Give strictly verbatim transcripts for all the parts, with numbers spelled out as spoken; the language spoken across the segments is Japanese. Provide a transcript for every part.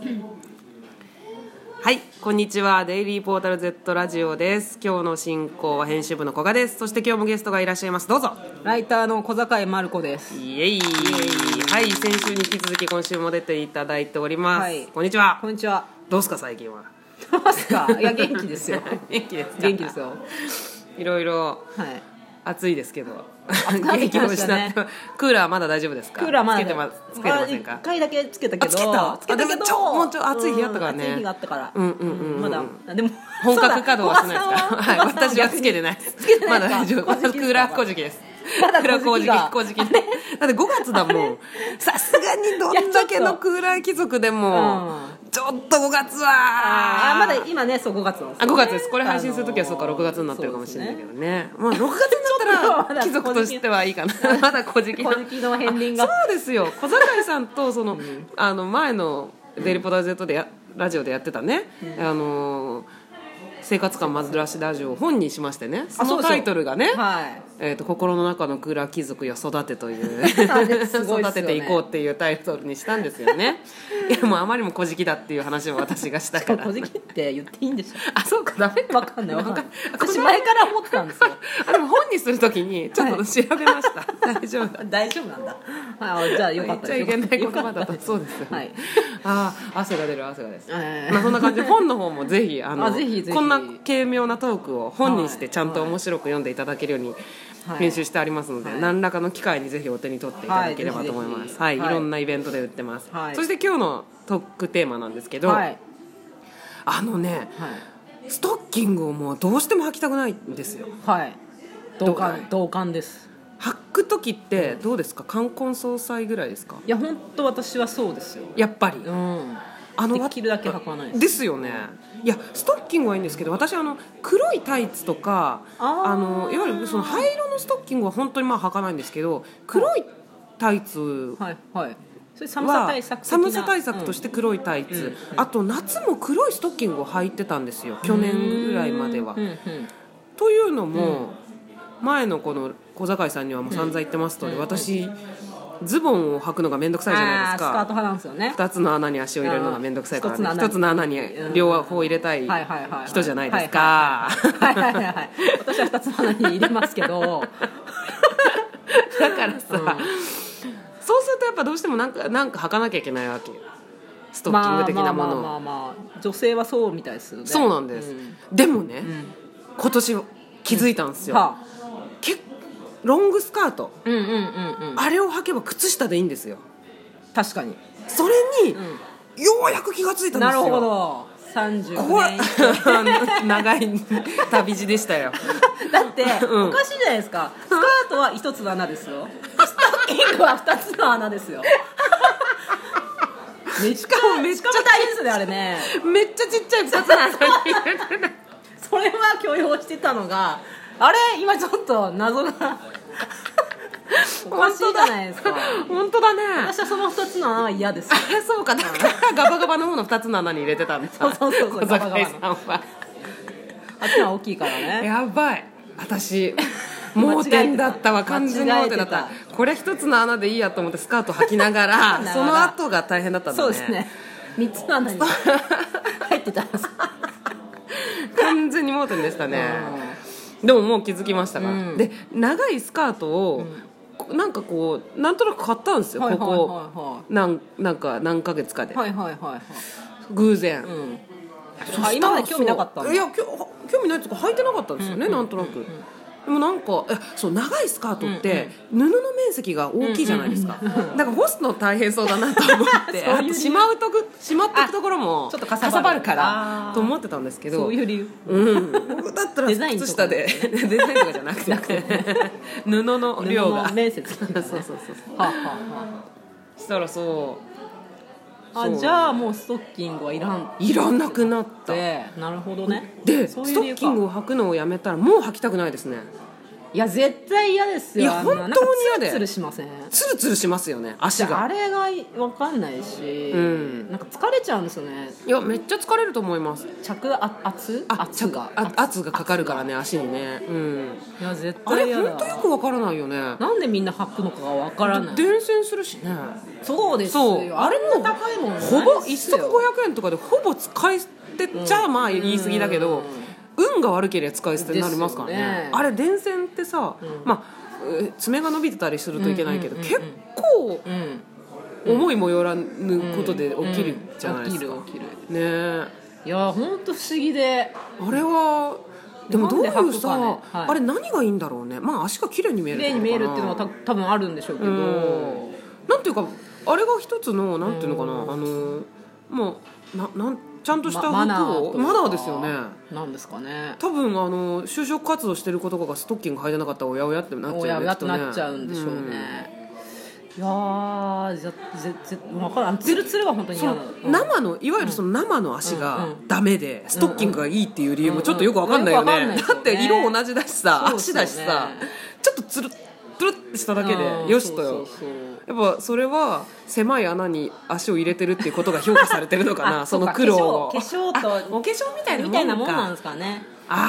はい、こんにちは。デイリーポータル Z ラジオです。今日の進行は編集部の古賀です。そして今日もゲストがいらっしゃいます。どうぞ。 ライターの小坂井まる子です。 イエイ。はい、先週に引き続き今週も出ていただいております。はい、こんにちは。 こんにちは。 どうすか最近は。 どうすか。いや元気ですよ。 元気ですか。 元気ですよ。 いろいろ、 はい、 暑いですけど。元気を失って、クーラーまだ大丈夫ですか。 クーラーまだつけてまつけてませんか。 一回だけつけたけど。 つけた。つけたけどちょもうちょ暑い日あったからね。 暑い日があったから。 うんうんうん。 まだでも本格稼働はしないですか。はい、私はつけてないです。まだ大丈夫。クーラー工事です。 まだクーラー工事工事だってごがつだもん。さすがにどんだけのクーラー貴族でもちょっとごがつはあまだ今ねそうごがつなんです。 あごがつです。これ配信するときはそうかろくがつになってるかもしれないけどね。まあろくがつになったら貴族としてはいいかな。まだ小じきの小じきの片鱗が。 そうですよ。小坂井さんとそのあの前のデイリーポータル Z でやラジオでやってたね。あの生活感まずらしラジオを本にしましてね、そのタイトルがね、はいえー、と心の中のクーラー貴族よ育てという育てていこうっていうタイトルにしたんですよね。いやもうあまりも小じきだっていう話を私がしたから小じきって言っていいんでしょ。 あそうかダメか分かんない分かんない私前から思ってたんですよ。 あでも本にするときにちょっと調べました、はい、大丈夫だ大丈夫なんだ、はい、じゃあよかったです。 言っちゃいけない言葉だとそうですよね、はい、あ汗が出る汗がです、 えーまあ、そんな感じで本の方もぜひあのあぜひぜひこんな軽妙なトークを本にしてちゃんと面白く読んでいただけるように編集してありますので、はい、何らかの機会にぜひお手に取っていただければと思います、はい、はい、いろんなイベントで売ってます、はい、そして今日のトークテーマなんですけど、はい、あのね、はい、ストッキングをもうどうしても履きたくないんですよ。 はい同感同感です。 履く時ってどうですか。冠婚葬祭ぐらいですか。 いや本当私はそうですよやっぱり、 うんあのできるだけ履かないです。 ですよね。いやストッキングはいいんですけど私あの黒いタイツとかあのいわゆるその灰色のストッキングは本当にまあ履かないんですけど黒いタイツは、 はいはい、それ寒さ対策的な寒さ対策として黒いタイツ、うんうんうん、あと夏も黒いストッキングを履いてたんですよ去年ぐらいまでは、うんうんうん、というのも、うん、前のこの小坂井さんにはもう散々言ってますとおり、うん、私ズボンを履くのがめんどくさいじゃないですか。 スカート派なんですよね。 ふたつの穴に足を入れるのがめんどくさいからね。ひとつの穴に両方入れたい人じゃないですか。 私はふたつの穴に入れますけどだからさ、うん、そうするとやっぱどうしてもなんか、なんか履かなきゃいけないわけよ。ストッキング的なものを。 まあまあまあまあ女性はそうみたいですよね。 そうなんです、うん、でもね、うん、今年気づいたんですよ、うんはあ、結構ロングスカート、うんうんうんうん、あれを履けば靴下でいいんですよ。 確かにそれに、うん、ようやく気がついたんですよ。 なるほどさんじゅうねん以上長い旅路でしたよだって、うん、おかしいじゃないですか。スカートはひとつの穴ですよストッキングはふたつの穴ですよめっちゃめっちゃ大変ですねあれね。 めっちゃちっちゃいふたつの穴にそれは許容してたのがあれ今ちょっと謎がおかしいじゃないですか。 本当だね。 私はそのふたつの穴は嫌です。 あそうかだからガバガバの方のふたつの穴に入れてたんですそうそうそうそう小坂井さんはあっちは大きいからね。 やばい私盲点だったわ完全に盲点だった。これ一つの穴でいいやと思ってスカート履きながらその後が大変だったんだね。 そうですねみっつの穴に入ってたんです完全に盲点でしたね。でももう気づきましたから、うん、で長いスカートを、うん、なんかこうなんとなく買ったんですよ、はいはいはいはい、ここなんなんか何ヶ月かで、はいはいはいはい、偶然、うん、 あ今まで興味なかったんだ。 いや興味ないとか履いてなかったんですよね、うん、なんとなく、うんうんうん、でもなんかそう長いスカートって布の面積が大きいじゃないですか、うんうんうん、だから干すの大変そうだなと思ってあとしまうとくしまっていくところもちょっとかさばるからと思ってたんですけど、 そういう理由、 うん、だったら靴下でデザインとかじゃなくて布の量が布の面積そうそうそうそうはあ、はあ、したらそうあじゃあもうストッキングはいらんいらなくなった。 なるほどね。 でストッキングを履くのをやめたらもう履きたくないですね。 いや絶対嫌ですよ。 いや本当に嫌でツルツルしません？ ツルツルしますよね足が。 あれが分かんないし、うん、なんか疲れちゃうんですよね。 いやめっちゃ疲れると思います。 着圧圧が圧がかかるからね足にね、うん、 いや絶対嫌だ。 あれ本当よく分からないよね。 なんでみんな履くのかが分からない。 伝染するしね。 そうですよ。あれも高いもんね。 ほぼいっ足ごひゃくえんとかでほぼ使い捨てっちゃ、うん、まあ言い過ぎだけど、運が悪ければ使い捨てになりますからね。ねあれ電線ってさ、うん、まあ爪が伸びてたりするといけないけど、うんうんうんうん、結構、うん、思いもよらぬことで起きるじゃないですか、 うんうん、起きる起きるね。 いや本当不思議で、 あれはでもどういうさ、ねはい、あれ何がいいんだろうね。まあ足が綺麗に見える綺麗に見えるっていうのはた多分あるんでしょうけど、うん、 なんていうかあれが一つのなんていうのかな、うん、あのもうななんちゃんとした服を、ま、マナーマナーですよね。 なんですかね。 多分あの就職活動してる子とかがストッキング履いてなかったらおやおやってなっちゃう、ね、 おやおやってなっちゃうんでしょうね、うん、いやーぜぜぜ分からん。ツルツルは本当に嫌なの。 生のいわゆるその生の足がダメでストッキングがいいっていう理由もちょっとよく分かんないよね、うんうんうん、だって色同じだしさ、ね、足だしさちょっとツルツルってしただけでよしとよ。そうそうそう、やっぱそれは狭い穴に足を入れてるっていうことが評価されてるのかなその苦労を。 化粧とお化粧みたいなもんかみたいなもんなんですかね。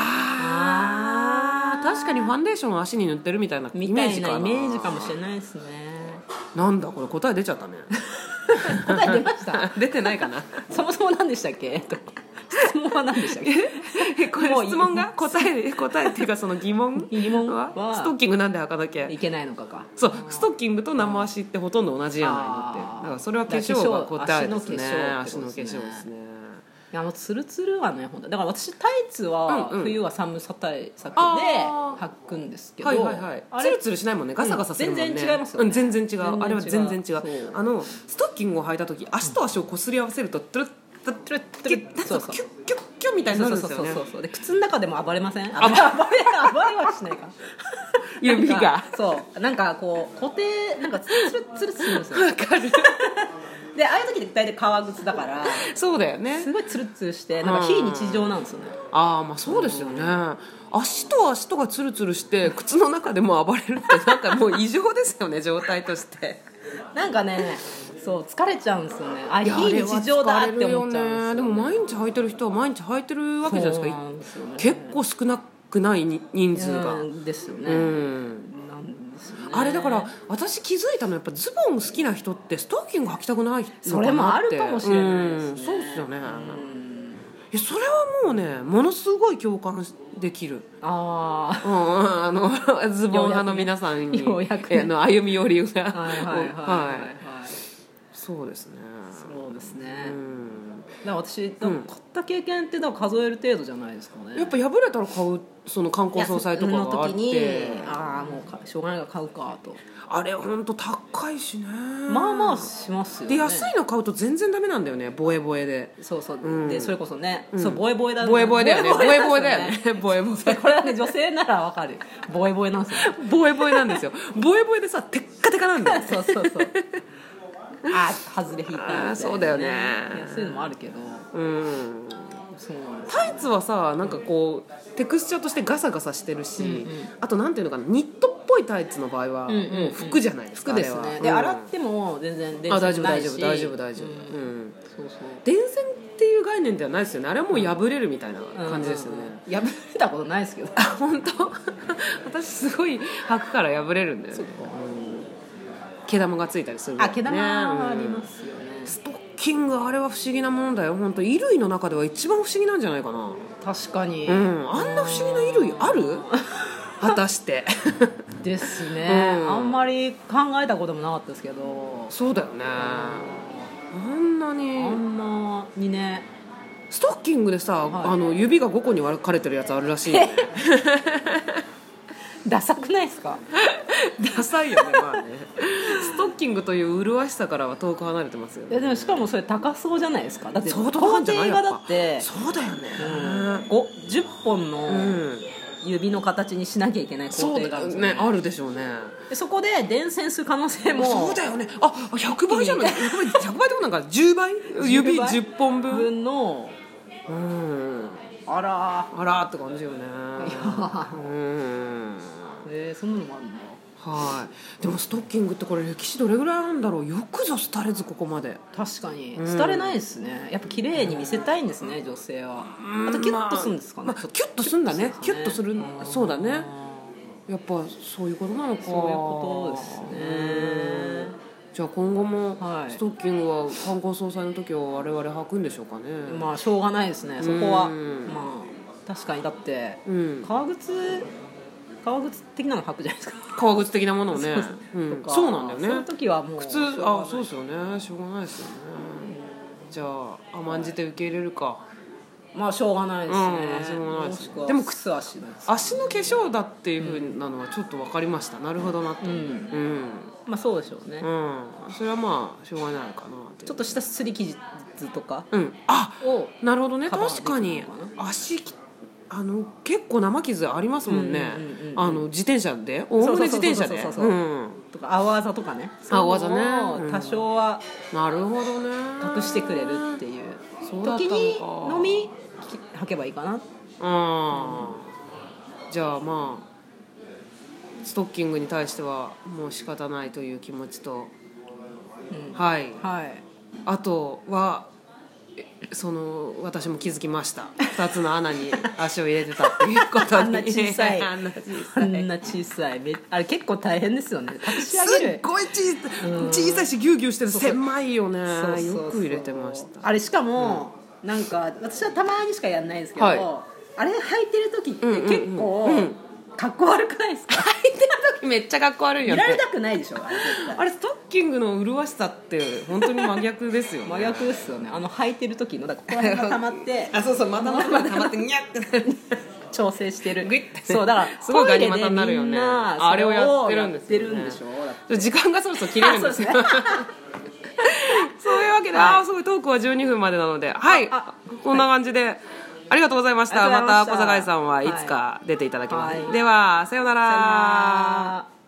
ああ確かにファンデーションを足に塗ってるみたいなイメージかな。 みたいなイメージかもしれないですね。 なんだこれ答え出ちゃったね答え出ました出てないかなそもそも何でしたっけ質問は何でしたっけこれ質問が答え答えっていうかその疑問疑問はストッキングなんで履かなきゃいけないのかか。 そうストッキングと生足ってほとんど同じやないのって。だからそれは化粧が答えですね。足の化粧ですね。 いやもうツルツルはね本当だから私タイツは冬は寒さ対策で履くんですけど、 はいはいはい、あれツルツルしないもんね。ガサガサするもんね、 うん、全然違いますよね、 うん、全然違う。あれは全然違う。あのストッキングを履いた時足と足をこすり合わせるとトゥルットゥルットゥルッキュッキュッキュッキュッみたいになるんですよね。 そうそうそうそうで靴の中でも暴れません？暴れ暴れはしないか指がそうなんかこう固定なんかツルツルツルするんですよ。 わかるでああいう時って大体革靴だからそうだよね。 すごいツルツルしてなんか非日常なんですよね。 ああまあそうですよね、うん、足と足とがツルツルして靴の中でも暴れるってなんかもう異常ですよね状態としてなんかねそう疲れちゃうんですよね。あ非日常だって思っちゃうんですよ、ね、 でも毎日履いてる人は毎日履いてるわけじゃないですか。そうですよね、結構少なくない人数が、 うん、ですよね、 うんあれだから私気づいたのはやっぱズボン好きな人ってストッキング履きたくないのかなってそれもあるかもしれないですね、 うん、そうですよね、うん、いやそれはもうねものすごい共感できる。 あ、 うん、あのズボン派の皆さんにようやく、ね、 あの歩み寄りがはいはいはいはい、はい、 そうですねそうですね、 うんだから私買った経験ってだから数える程度じゃないですかね。 やっぱ破れたら買うその観光総裁とかがあって、 ああもうしょうがないから買うかと。 あれ本当高いしね。 まあまあしますよね。 で安いの買うと全然ダメなんだよね。ボエボエで。 そうそう、うん、でそれこそね、うん、そうボエボエだね。 ボエボエだよね。ボエボエだよね。ボエボエ。 これはね女性ならわかる。ボエボエなんですよ。 ボエボエなんですよ。ボエボエでさテッカテカなんだよ。 そうそうそう。あ外れ引いたみたいな、ね、 そうだよね。 そういうのもあるけど、 うん、そうタイツはさなんかこうテクスチャーとしてガサガサしてるし、うんうん、あとなんていうのかなニットっぽいタイツの場合はもう服じゃないですか、 うんうんうん、服ですね、で、うん、洗っても全然電線ないし、 あ大丈夫大丈夫大丈夫、うんうん、そうそう電線っていう概念ではないですよね。あれはもう破れるみたいな感じですよね、 うんうんうん、破れたことないですけどあ本当私すごい履くから破れるんだよね。毛玉がついたりするもんね。 あ毛玉はありますよね、 うん、ストッキングあれは不思議なものだよ本当。衣類の中では一番不思議なんじゃないかな。 確かに、 うん、あんな不思議な衣類ある果たしてですね、うん、あんまり考えたこともなかったですけど。 そうだよね、うん、あんなにあんなにねストッキングでさ、はい、あの指がごこに分かれてるやつあるらしいよねダサくないですかダサいよね、まあねストッキングという麗しさからは遠く離れてますよね。 いやでもしかもそれ高そうじゃないですか。だって相当高いんじゃない？ 工程がだってそうだよね、 うん、じゅっぽんの指の形にしなきゃいけない工程があるんですよね。 そうだよね、あるでしょうね。 でそこで伝染する可能性もそうだよね。あひゃくばいじゃないひゃくばいひゃくばいってことなんかじゅうばい指じゅっぽんぶん分のうんあらあらって感じよね。うんえー、そんなのもあるんだ。 はい、でもストッキングってこれ歴史どれぐらいあるんだろう。よくぞ廃れずここまで。 確かに廃れないですね、やっぱ綺麗に見せたいんですね、女性は。あとキュッとするんですかね、 まあまあ、キュッとするんだね、キュッとする、そうだね、やっぱそういうことなのか。 そういうことですね。 じゃあ今後もストッキングは観光総裁の時は我々履くんでしょうかね。 まあしょうがないですね、そこは。まあ確かに、だって、うん、革靴革靴的なの履くじゃないですか。 革靴的なものをねそう、うん、そうなんだよね。 その時はもう靴、あ、そうですよね、しょうがないですよね。じゃあ甘んじて受け入れるか。 まあしょうがないですね、 うん、しょうがないです。 でも靴はしないです、ね、 足の化粧だっていう風なのはちょっと分かりました、うん、なるほどなと、うんうん、 まあそうでしょうね、 うん、それはまあしょうがないかなって。 ちょっとしたすり傷とか、 うん、あ、なるほどね、確かに足あの結構生傷ありますもんね、うんうんうん、あの自転車でおおむね自転車でとか青あざとかね、 青あざね、 多少はなるほどね隠してくれるっていう時にのみ履けばいいかな。 あ、うん、じゃあまあストッキングに対してはもう仕方ないという気持ちと、うん、はい、はい、あとはその私も気づきました、ふたつの穴に足を入れてたっていうことに。 あんな小さいあんな小さいあんな小さい、あれ結構大変ですよね、隠し上げる。 すっごい小さい、小さいしギュウギュウしてる、狭いよね。よく入れてました。 あれしかも、うん、なんか私はたまにしかやんないんですけど、はい、あれ履いてる時って結構、うんうんうん、かっこ悪くないですか？ 履いてる時めっちゃかっこ悪いよね。 見られたくないでしょあれ絶対。 あれストッキングの麗しさって本当に真逆ですよね。 真逆ですよね。あの履いてる時のだからここら辺が溜まってあ、そうそう、股の頭が溜まってニャッて調整してる。 グイッてそうだからすごいガニ股になるよね。あれをやってるんですよね。 やってるんでしょ。 時間がそろそろ切れるんですよ。そういうわけで、はい、あ、すごいトークはじゅうにふんまでなので、はい、こんな感じで、はい、ありがとうございました。また小坂井さんはいつか出ていただきます。はい、ではさようなら。